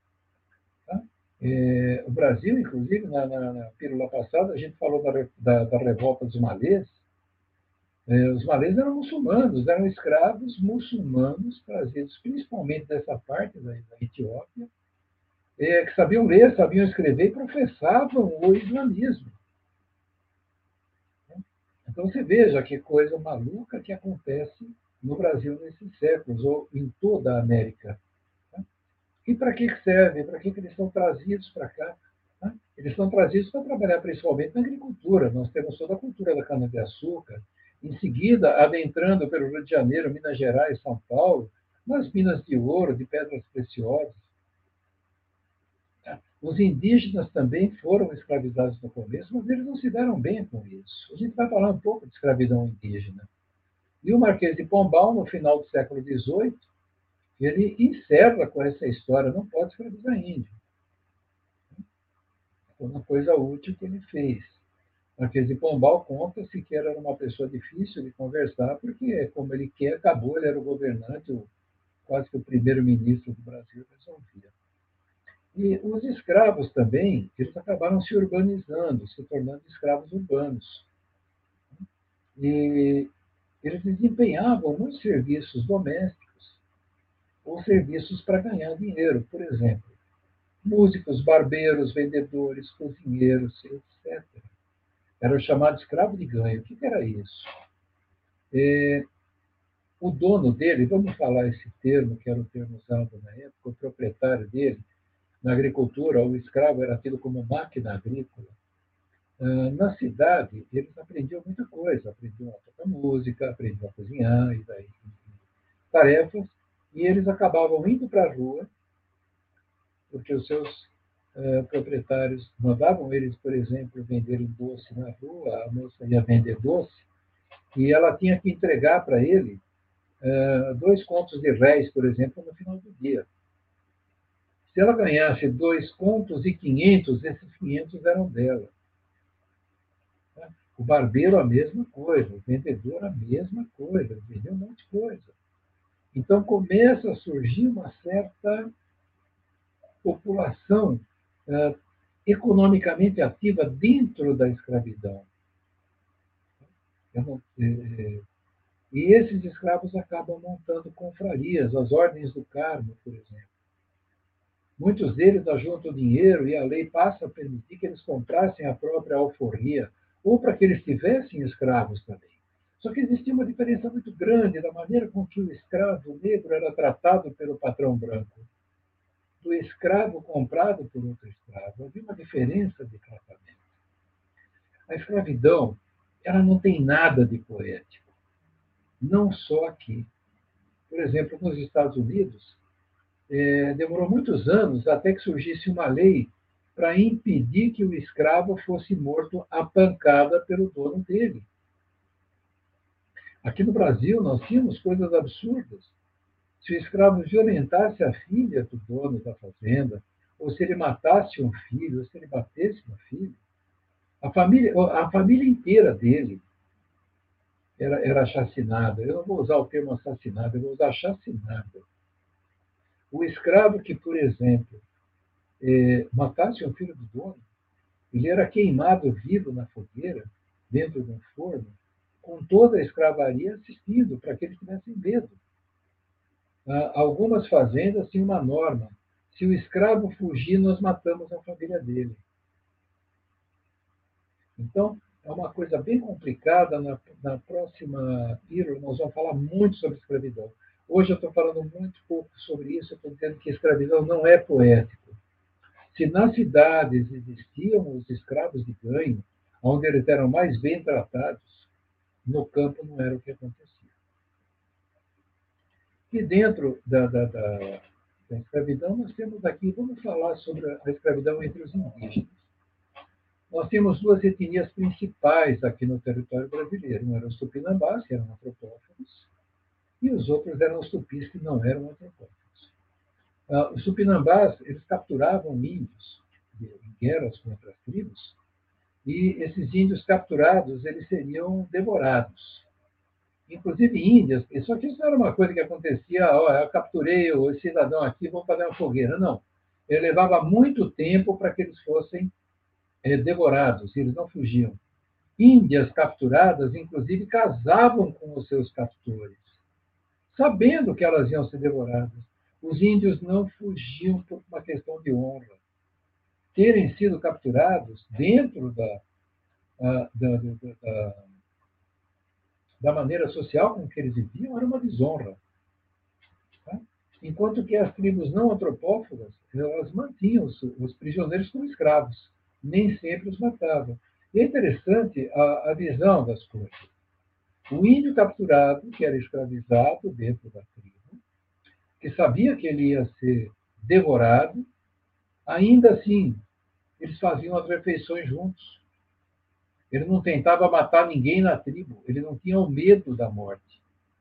Tá? O Brasil, inclusive, na pílula passada, a gente falou da revolta dos malês. Os malês eram muçulmanos, eram escravos muçulmanos trazidos principalmente dessa parte da Etiópia, que sabiam ler, sabiam escrever e professavam o islamismo. Então, você veja que coisa maluca que acontece no Brasil nesses séculos, ou em toda a América. Tá? E para que serve? Para que eles são trazidos para cá? Tá? Eles são trazidos para trabalhar principalmente na agricultura. Nós temos toda a cultura da cana-de-açúcar. Em seguida, adentrando pelo Rio de Janeiro, Minas Gerais, São Paulo, nas minas de ouro, de pedras preciosas. Os indígenas também foram escravizados no começo, mas eles não se deram bem com isso. A gente vai falar um pouco de escravidão indígena. E o Marquês de Pombal, no final do século XVIII, ele encerra com essa história, não pode escravizar índio. Foi uma coisa útil que ele fez. O Marquês de Pombal conta-se que era uma pessoa difícil de conversar, porque, como ele quer, acabou, ele era o governante, quase que o primeiro-ministro do Brasil resolvia. E os escravos também, eles acabaram se urbanizando, se tornando escravos urbanos. E eles desempenhavam muitos serviços domésticos ou serviços para ganhar dinheiro. Por exemplo, músicos, barbeiros, vendedores, cozinheiros, etc. Era o chamado escravo de ganho. O que era isso? O dono dele, vamos falar esse termo, que era o termo usado na época, o proprietário dele, na agricultura, o escravo era tido como máquina agrícola. Na cidade, eles aprendiam muita coisa, aprendiam a tocar música, aprendiam a cozinhar, e daí tarefas, e eles acabavam indo para a rua, porque os seus proprietários mandavam eles, por exemplo, venderem doce na rua, a moça ia vender doce, e ela tinha que entregar para ele 2 contos de réis, por exemplo, no final do dia. Se ela ganhasse 2 contos e 500, esses 500 eram dela. O barbeiro, a mesma coisa. O vendedor, a mesma coisa. Vendeu um monte de coisa. Então, começa a surgir uma certa população economicamente ativa dentro da escravidão. E esses escravos acabam montando confrarias, as ordens do Carmo, por exemplo. Muitos deles ajuntam dinheiro e a lei passa a permitir que eles comprassem a própria alforria, ou para que eles tivessem escravos também. Só que existia uma diferença muito grande da maneira com que o escravo negro era tratado pelo patrão branco, do escravo comprado por outro escravo. Havia uma diferença de tratamento. A escravidão, ela não tem nada de poético, não só aqui. Por exemplo, nos Estados Unidos, demorou muitos anos até que surgisse uma lei para impedir que o escravo fosse morto à pancada pelo dono dele. Aqui no Brasil, nós tínhamos coisas absurdas. Se o escravo violentasse a filha do dono da fazenda, ou se ele matasse um filho, ou se ele batesse no filho, a família inteira dele era assassinada. Eu não vou usar o termo assassinado, eu vou usar chacinada. O escravo que, por exemplo, matasse um filho do dono, ele era queimado vivo na fogueira, dentro de um forno, com toda a escravaria assistindo, para que eles tivessem medo. Algumas fazendas tinham uma norma: se o escravo fugir, nós matamos a família dele. Então, é uma coisa bem complicada. Na próxima pílula, nós vamos falar muito sobre escravidão. Hoje eu estou falando muito pouco sobre isso, eu estou dizendo que escravidão não é poético. Se nas cidades existiam os escravos de ganho, onde eles eram mais bem tratados, no campo não era o que acontecia. E dentro da escravidão, nós temos aqui, vamos falar sobre a escravidão entre os indígenas. Nós temos 2 etnias principais aqui no território brasileiro. Um eram os tupinambás, que eram antropófagos, e os outros eram os tupis, que não eram antropófagos. Os tupinambás, eles capturavam índios em guerras contra as tribos, e esses índios capturados, eles seriam devorados. Inclusive índias, só que isso não era uma coisa que acontecia, eu capturei o cidadão aqui, vou fazer uma fogueira. Não. levava muito tempo para que eles fossem devorados, eles não fugiam. Índias capturadas, inclusive, casavam com os seus captores, sabendo que elas iam ser devoradas. Os índios não fugiam por uma questão de honra. Terem sido capturados dentro da maneira social com que eles viviam era uma desonra. Tá? Enquanto que as tribos não antropófagas, elas mantinham os prisioneiros como escravos, nem sempre os matavam. E é interessante a visão das coisas. O índio capturado, que era escravizado dentro da tribo, que sabia que ele ia ser devorado, ainda assim, eles faziam as refeições juntos. Ele não tentava matar ninguém na tribo, ele não tinha o medo da morte.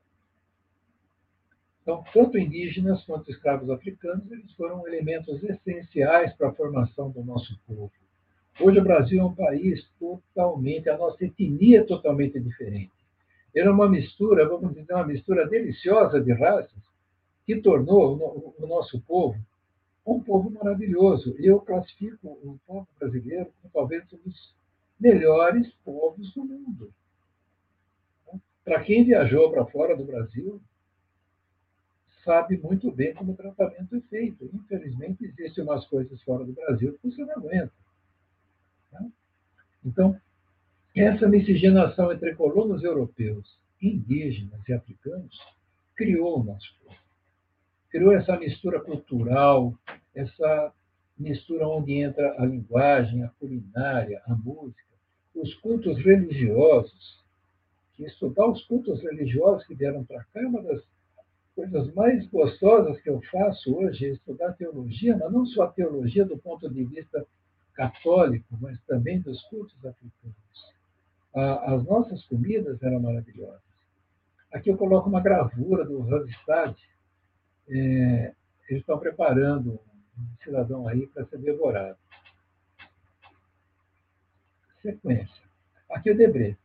Então, tanto indígenas quanto escravos africanos, eles foram elementos essenciais para a formação do nosso povo. Hoje o Brasil é um país totalmente, a nossa etnia é totalmente diferente. Era uma mistura, vamos dizer, uma mistura deliciosa de raças, que tornou o nosso povo um povo maravilhoso. Eu classifico o povo brasileiro como talvez um dos melhores povos do mundo. Para quem viajou para fora do Brasil, sabe muito bem como o tratamento é feito. Infelizmente, existem umas coisas fora do Brasil que você não aguenta. Tá? Então, essa miscigenação entre colonos europeus, indígenas e africanos criou o nosso povo. Criou essa mistura cultural, essa mistura onde entra a linguagem, a culinária, a música, os cultos religiosos. Que estudar os cultos religiosos que vieram para cá é uma das coisas mais gostosas que eu faço hoje, é estudar teologia, mas não só a teologia do ponto de vista católico, mas também dos cultos africanos. As nossas comidas eram maravilhosas. Aqui eu coloco uma gravura do Randstad. Eles estão preparando um cidadão aí para ser devorado. Sequência. Aqui o Debré.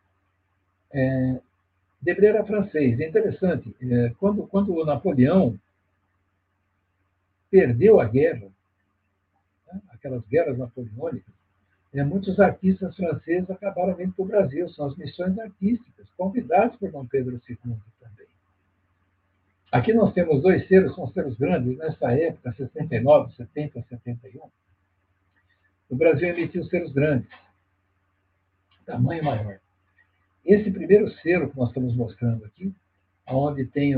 Debré era francês. É interessante. Quando o Napoleão perdeu a guerra, né, aquelas guerras napoleônicas, muitos artistas franceses acabaram vindo para o Brasil. São as missões artísticas, convidados por Dom Pedro II também. Aqui nós temos dois selos, são selos grandes, nessa época, 69, 70, 71. O Brasil emitiu selos grandes, tamanho maior. Esse primeiro selo que nós estamos mostrando aqui, onde tem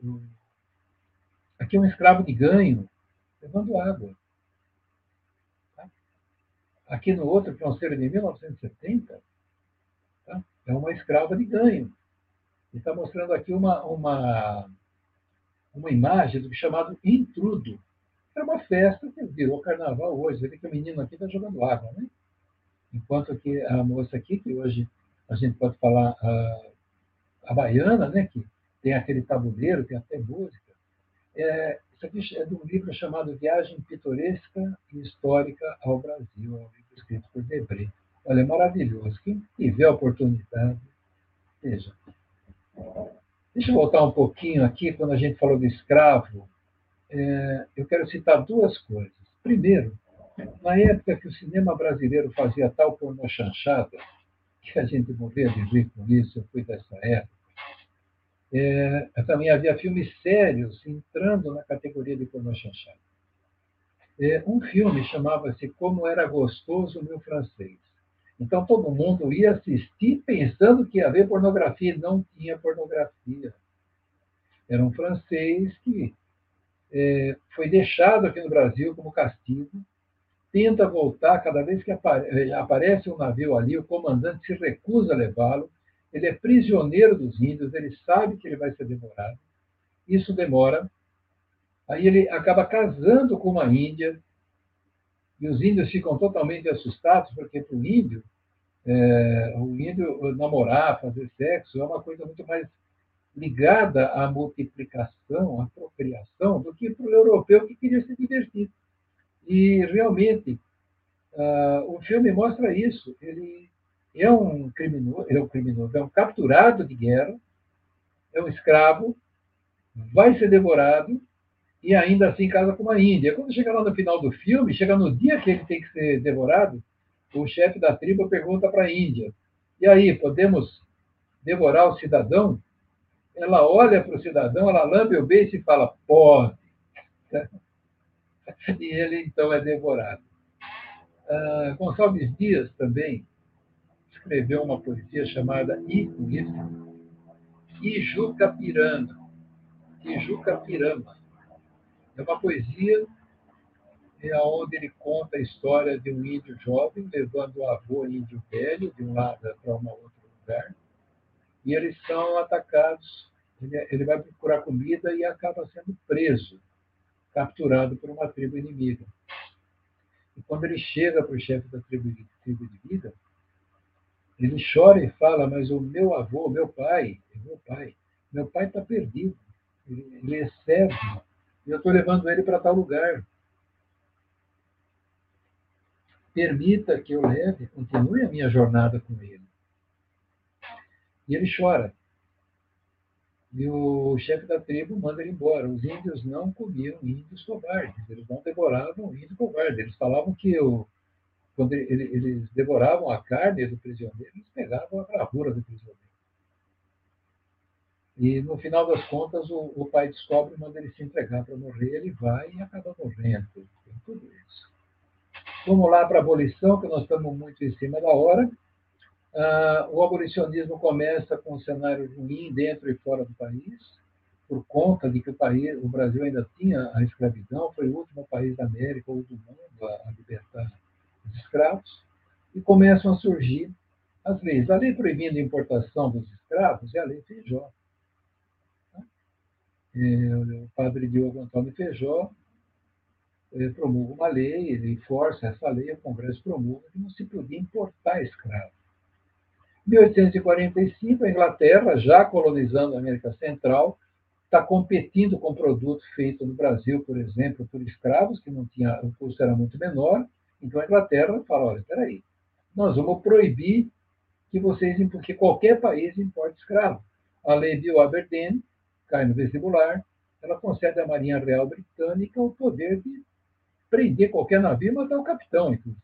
aqui um escravo de ganho levando água. Tá? Aqui no outro, que é um selo de 1970, tá? É uma escrava de ganho. E está mostrando aqui uma imagem do chamado intrudo. Era uma festa que virou carnaval hoje. Você vê que o menino aqui está jogando água, né? Enquanto que a moça aqui, que hoje a gente pode falar a baiana, né? Que tem aquele tabuleiro, tem até música. Isso aqui é de um livro chamado Viagem Pitoresca e Histórica ao Brasil. É um livro escrito por Debré. Olha, é maravilhoso. Quem tiver a oportunidade, veja. Deixa eu voltar um pouquinho aqui, quando a gente falou do escravo. Eu quero citar duas coisas. Primeiro, na época que o cinema brasileiro fazia tal pornô chanchada, que a gente morria de rir com isso, eu fui dessa época, também havia filmes sérios entrando na categoria de pornô chanchada. Um filme chamava-se Como Era Gostoso o Meu Francês. Então todo mundo ia assistir pensando que ia haver pornografia, e não tinha pornografia. Era um francês que foi deixado aqui no Brasil como castigo, tenta voltar, cada vez que aparece um navio ali, o comandante se recusa a levá-lo, ele é prisioneiro dos índios, ele sabe que ele vai ser devorado, isso demora, aí ele acaba casando com uma índia, e os índios ficam totalmente assustados, porque para o índio namorar, fazer sexo, é uma coisa muito mais ligada à multiplicação, à procriação, do que para o europeu que queria se divertir. E, realmente, o filme mostra isso. Ele é um criminoso, é um capturado de guerra, é um escravo, vai ser devorado, e ainda assim casa com uma índia. Quando chega lá no final do filme, chega no dia que ele tem que ser devorado, o chefe da tribo pergunta para a índia: e aí, podemos devorar o cidadão? Ela olha para o cidadão, ela lambe o beiço e fala: pode. E ele então é devorado. Gonçalves Dias também escreveu uma poesia chamada Ijucapirama. Ijucapirama. É uma poesia onde ele conta a história de um índio jovem levando o avô índio velho de um lado para um outro lugar, e eles são atacados. Ele vai procurar comida e acaba sendo preso, capturado por uma tribo inimiga. E quando ele chega para o chefe da tribo de vida, ele chora e fala: mas o meu avô, meu pai está perdido, ele é cego, e eu estou levando ele para tal lugar. Permita que eu leve, continue a minha jornada com ele. E ele chora. E o chefe da tribo manda ele embora. Os índios não comiam índios covardes, eles não devoravam índio covarde. Eles falavam que quando eles devoravam a carne do prisioneiro, eles pegavam a bravura do prisioneiro. E no final das contas, o pai descobre e manda ele se entregar para morrer. Ele vai e acaba morrendo. Tem tudo isso. Vamos lá para a abolição, que nós estamos muito em cima da hora. O abolicionismo começa com um cenário ruim dentro e fora do país, por conta de que o Brasil ainda tinha a escravidão, foi o último país da América ou do mundo a libertar os escravos, e começam a surgir as leis. A lei proibindo a importação dos escravos é a Lei Feijó. O padre Diogo Antônio Feijó promulga uma lei, ele força essa lei, o Congresso promulga, que não se podia importar escravos. Em 1845, a Inglaterra, já colonizando a América Central, está competindo com produtos feitos no Brasil, por exemplo, por escravos, que não tinha, o custo era muito menor. Então a Inglaterra fala: olha, espera aí, nós vamos proibir que qualquer país importe escravo. A lei Bill Aberdeen cai no vestibular, ela concede à Marinha Real Britânica o poder de prender qualquer navio e matar o capitão, inclusive.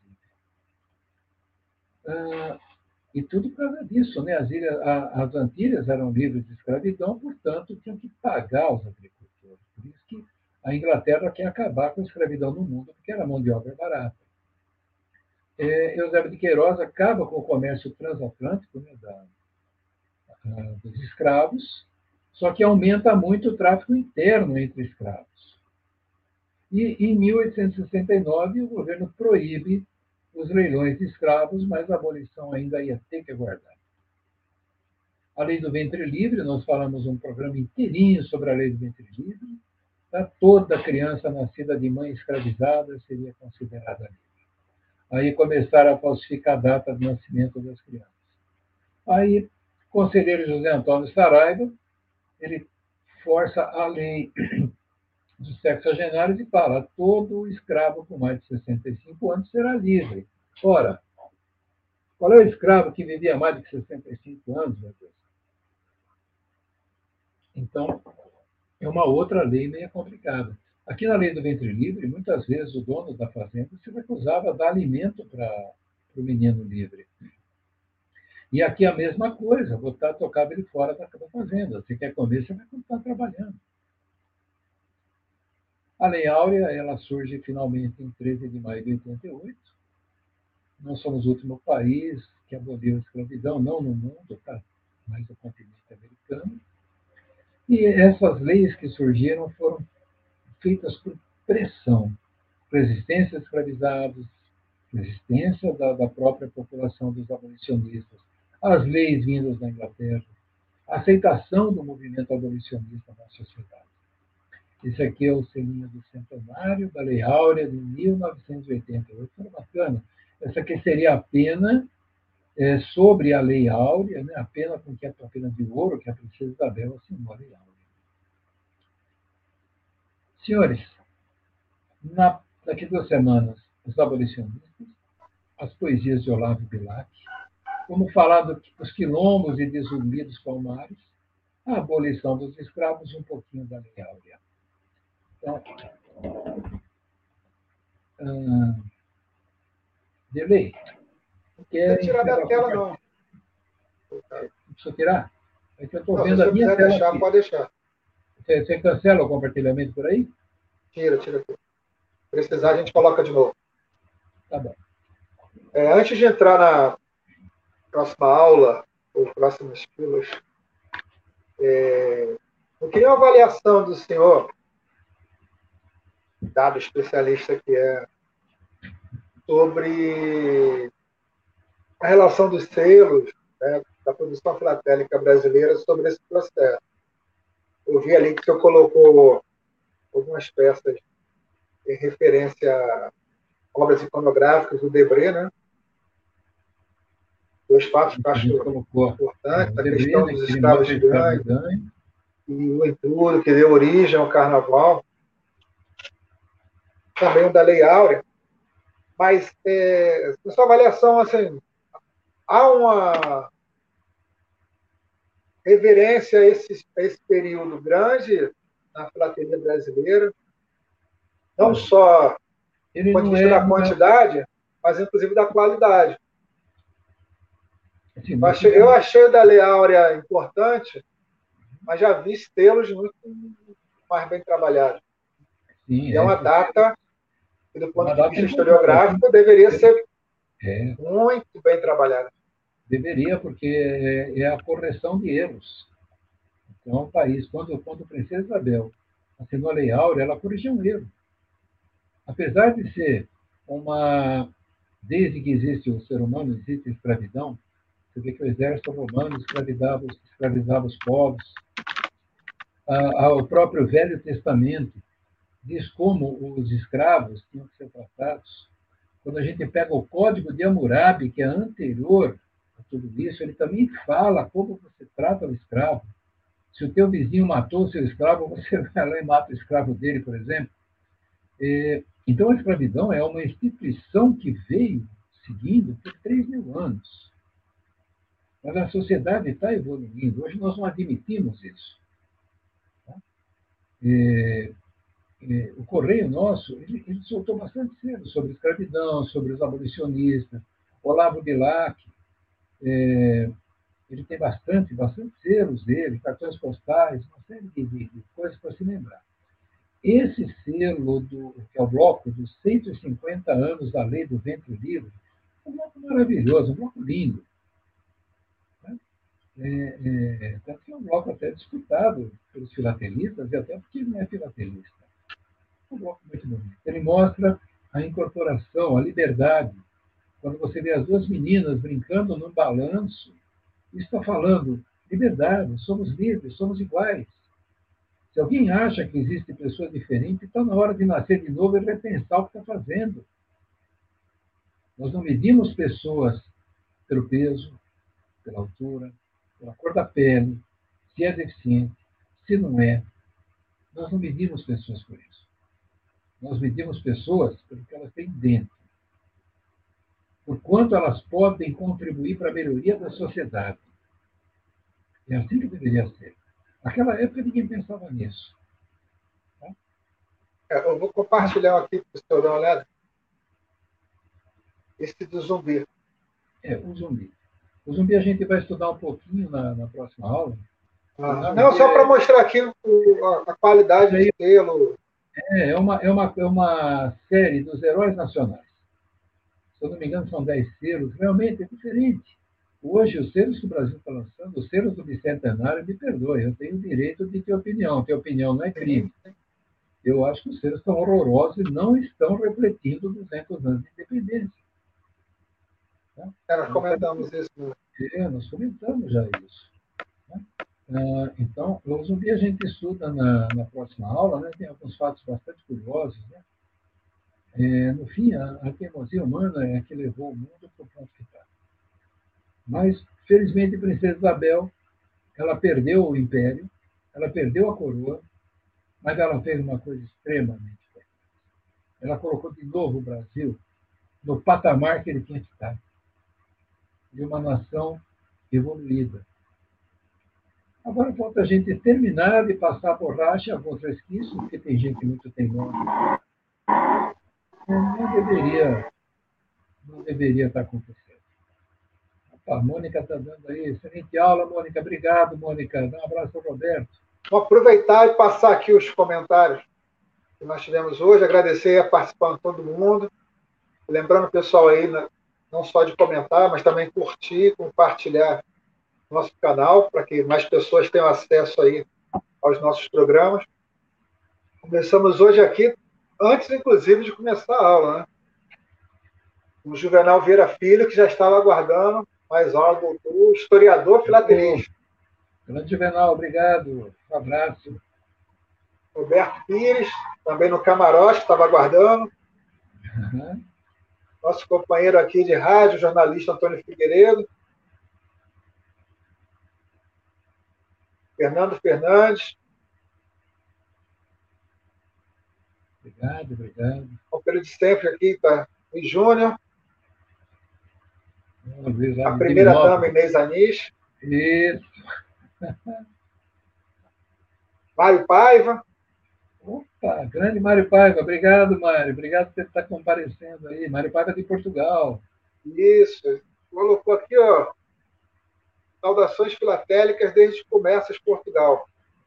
E tudo por causa disso, né? As Antilhas eram livres de escravidão, portanto, tinham que pagar os agricultores. Por isso que a Inglaterra quer acabar com a escravidão no mundo, porque era mão de obra barata. Eusébio de Queiroz acaba com o comércio transatlântico, né, dos escravos, só que aumenta muito o tráfico interno entre escravos. E, em 1869, o governo proíbe os leilões de escravos, mas a abolição ainda ia ter que aguardar. A lei do ventre livre, nós falamos um programa inteirinho sobre a lei do ventre livre. Toda criança nascida de mãe escravizada seria considerada livre. Aí começaram a falsificar a data de nascimento das crianças. Aí, o conselheiro José Antônio Saraiva, ele força a lei dos sexagenários e fala: todo escravo com mais de 65 anos será livre. Ora, qual é o escravo que vivia mais de 65 anos, meu Deus? Então, é uma outra lei meio complicada. Aqui na lei do ventre livre, muitas vezes o dono da fazenda se recusava a dar alimento para o menino livre. E aqui a mesma coisa, tocava ele fora da fazenda. Você quer comer, você vai continuar trabalhando. A Lei Áurea, ela surge finalmente em 13 de maio de 88. Nós somos o último país que aboliu a escravidão, não no mundo, tá? Mas no continente americano. E essas leis que surgiram foram feitas por pressão, resistência a escravizados, resistência da própria população dos abolicionistas, as leis vindas da Inglaterra, a aceitação do movimento abolicionista na sociedade. Esse aqui é o selinho do centenário da Lei Áurea de 1988. Foi bacana. Essa aqui seria a pena sobre a Lei Áurea, né? A pena com que a pena de ouro que a princesa Isabel assinou a Lei Áurea. Senhores, daqui 2 semanas, os abolicionistas, as poesias de Olavo Bilac, vamos falar dos quilombos e de Zumbi dos Palmares, a abolição dos escravos, um pouquinho da Lei Áurea. Então, Delei, Não precisa tirar da tela, não. Não precisa tirar? É que eu estou Não, vendo se a você minha quiser tela deixar, aqui. pode deixar. Você cancela o compartilhamento por aí? Tira. Se precisar, a gente coloca de novo. Tá bom. Antes de entrar na próxima aula, ou próximas filas, eu queria uma avaliação do senhor, dado especialista que é, sobre a relação dos selos, né, da produção filatélica brasileira sobre esse processo. Eu vi ali que o senhor colocou algumas peças em referência a obras iconográficas do Debré, né? Dois fatos que eu A gente acho colocou importantes, o a Debré, questão né, dos que ele escravos mostra de escravo de ganho ganho. e o entulho que deu origem ao carnaval, também o da Lei Áurea, mas na sua avaliação, assim, há uma reverência a esse período grande na filatelia brasileira, não Olha, só do ele ponto de não vista é, da não é quantidade, mas inclusive da qualidade. assim, nós Eu tivemos, achei o da Lei Áurea importante, mas já vi estelos muito mais bem trabalhados. sim, E é uma esse data que, do é uma ponto de data vista importante. historiográfico, deveria ser É, muito bem trabalhada. deveria, porque é a correção de erros. Então, o país, quando a Princesa Isabel assinou a Lei Áurea, ela corrigiu um erro. Apesar de ser uma. Desde que existe o ser humano, existe a escravidão, você vê que o exército romano escravizava os povos. O próprio Velho Testamento diz como os escravos tinham que ser tratados. Quando a gente pega o Código de Hammurabi, que é anterior a tudo isso, ele também fala como você trata o escravo. Se o teu vizinho matou o seu escravo, você vai lá e mata o escravo dele, por exemplo. Então, a escravidão é uma instituição que veio seguindo por 3.000 anos. Mas a sociedade está evoluindo. Hoje nós não admitimos isso. Tá? O Correio nosso, ele soltou bastante cedo sobre escravidão, sobre os abolicionistas. Olavo Bilac, ele tem bastante selos dele, cartões postais, uma série de coisas para se lembrar. Esse selo, que é o bloco dos 150 anos da Lei do Ventre Livre, é um bloco maravilhoso, um bloco lindo. Né? Tanto que é um bloco até disputado pelos filatelistas, e até porque ele não é filatelista. É um bloco muito bonito. Ele mostra a incorporação, a liberdade. Quando você vê as duas meninas brincando num balanço, isso está falando liberdade, somos livres, somos iguais. Se alguém acha que existem pessoas diferentes, está na hora de nascer de novo e repensar o que está fazendo. Nós não medimos pessoas pelo peso, pela altura, pela cor da pele, se é deficiente, se não é. Nós não medimos pessoas por isso. Nós medimos pessoas pelo que elas têm dentro. Por quanto elas podem contribuir para a melhoria da sociedade. É assim que deveria ser. Naquela época ninguém pensava nisso. Eu vou compartilhar aqui para o senhor dar uma olhada. Esse do zumbi. O zumbi. O zumbi a gente vai estudar um pouquinho na próxima aula. Não, só para mostrar aqui a qualidade do selo. É uma série dos heróis nacionais. Se eu não me engano, são 10 selos. Realmente é diferente. Hoje, os selos que o Brasil está lançando, os selos do Bicentenário, me perdoe, eu tenho o direito de ter opinião. Ter opinião não é crime. Eu acho que os selos estão horrorosos e não estão refletindo 200 anos de independência. Nós comentamos isso. Nós comentamos já isso. Então, o zumbi a gente estuda na próxima aula, né? Tem alguns fatos bastante curiosos. Né? No fim, a teimosia humana é a que levou o mundo para o ponto que está. Mas, felizmente, a Princesa Isabel, ela perdeu o império, ela perdeu a coroa, mas ela fez uma coisa extremamente importante. Ela colocou de novo o Brasil no patamar que ele tinha que estar, de uma nação evoluída. Agora falta a gente terminar de passar a borracha em alguns resquícios, porque tem gente muito teimosa. Não deveria estar acontecendo. A Mônica está dando aí, excelente aula, Mônica. Obrigado, Mônica. Dá um abraço ao Roberto. Vou aproveitar e passar aqui os comentários que nós tivemos hoje, agradecer a participação de todo mundo. Lembrando o pessoal aí, não só de comentar, mas também curtir, compartilhar nosso canal, para que mais pessoas tenham acesso aí aos nossos programas. Começamos hoje aqui, antes, inclusive, de começar a aula, né? O Juvenal Vieira Filho, que já estava aguardando mais aula do historiador filatelista. Grande Juvenal, obrigado. Um abraço. Roberto Pires, também no camarote, que estava aguardando. Uhum. Nosso companheiro aqui de rádio, jornalista Antônio Figueiredo. Fernando Fernandes. Obrigado. O companheiro de sempre aqui, tá? Luiz Júnior. A primeira-dama, Inês Anis. Isso. Mário Paiva. Opa, grande Mário Paiva. Obrigado, Mário. Obrigado por você estar comparecendo aí. Mário Paiva de Portugal. Isso. Colocou aqui, ó. Saudações filatélicas desde Comércios, Portugal.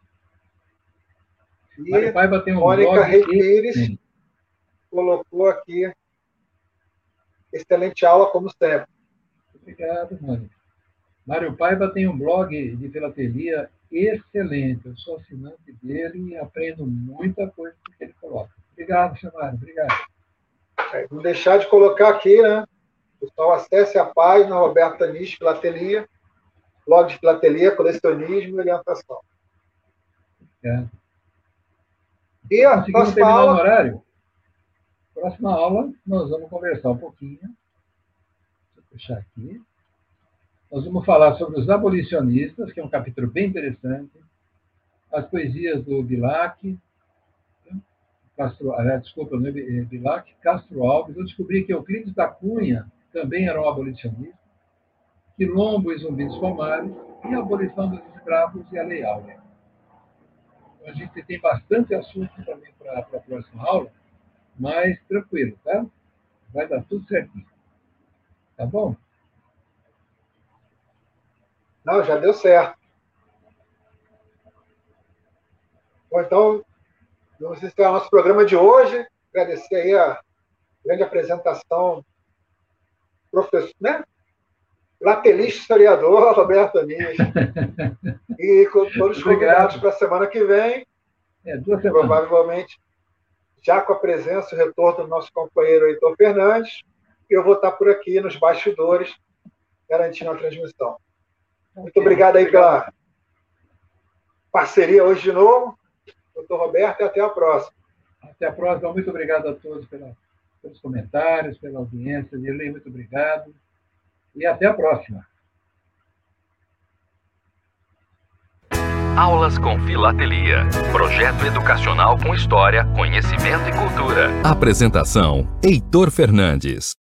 E Mário Paiva tem um Mônica blog. Reis Pires colocou aqui. Excelente aula, como sempre. Obrigado, Mônica. Mário Paiva tem um blog de filatelia excelente. Eu sou assinante dele e aprendo muita coisa que ele coloca. Obrigado, Mário. Obrigado. Não deixar de colocar aqui, né? Pessoal, acesse a página Roberto Anis Filatelia, blog de filatelia, colecionismo e orientação. Obrigado. E a próxima aula... no horário? Próxima aula, nós vamos conversar um pouquinho. Deixa eu puxar aqui. Nós vamos falar sobre os abolicionistas, que é um capítulo bem interessante, as poesias do Bilac, Castro Alves. Eu descobri que Euclides da Cunha também era um abolicionista, Quilombo e Zumbi dos Palmares, e a abolição dos escravos e a Lei Áurea. Então, a gente tem bastante assunto também para a próxima aula, mas tranquilo, tá? Vai dar tudo certinho. Tá bom? Não, já deu certo. Bom, então, vamos encerrar nosso programa de hoje. Agradecer aí a grande apresentação do professor, né? Latelista historiador, Roberto Anis. E com todos os convidados para a semana que vem. 2 semanas. Provavelmente, já com a presença e o retorno do nosso companheiro Heitor Fernandes, eu vou estar por aqui nos bastidores, garantindo a transmissão. Muito obrigado aí pela parceria hoje de novo, doutor Roberto, e até a próxima. Até a próxima. Muito obrigado a todos pelos comentários, pela audiência. Dirley, muito obrigado. E até a próxima. Aulas com Filatelia. Projeto educacional com história, conhecimento e cultura. Apresentação: Heitor Fernandes.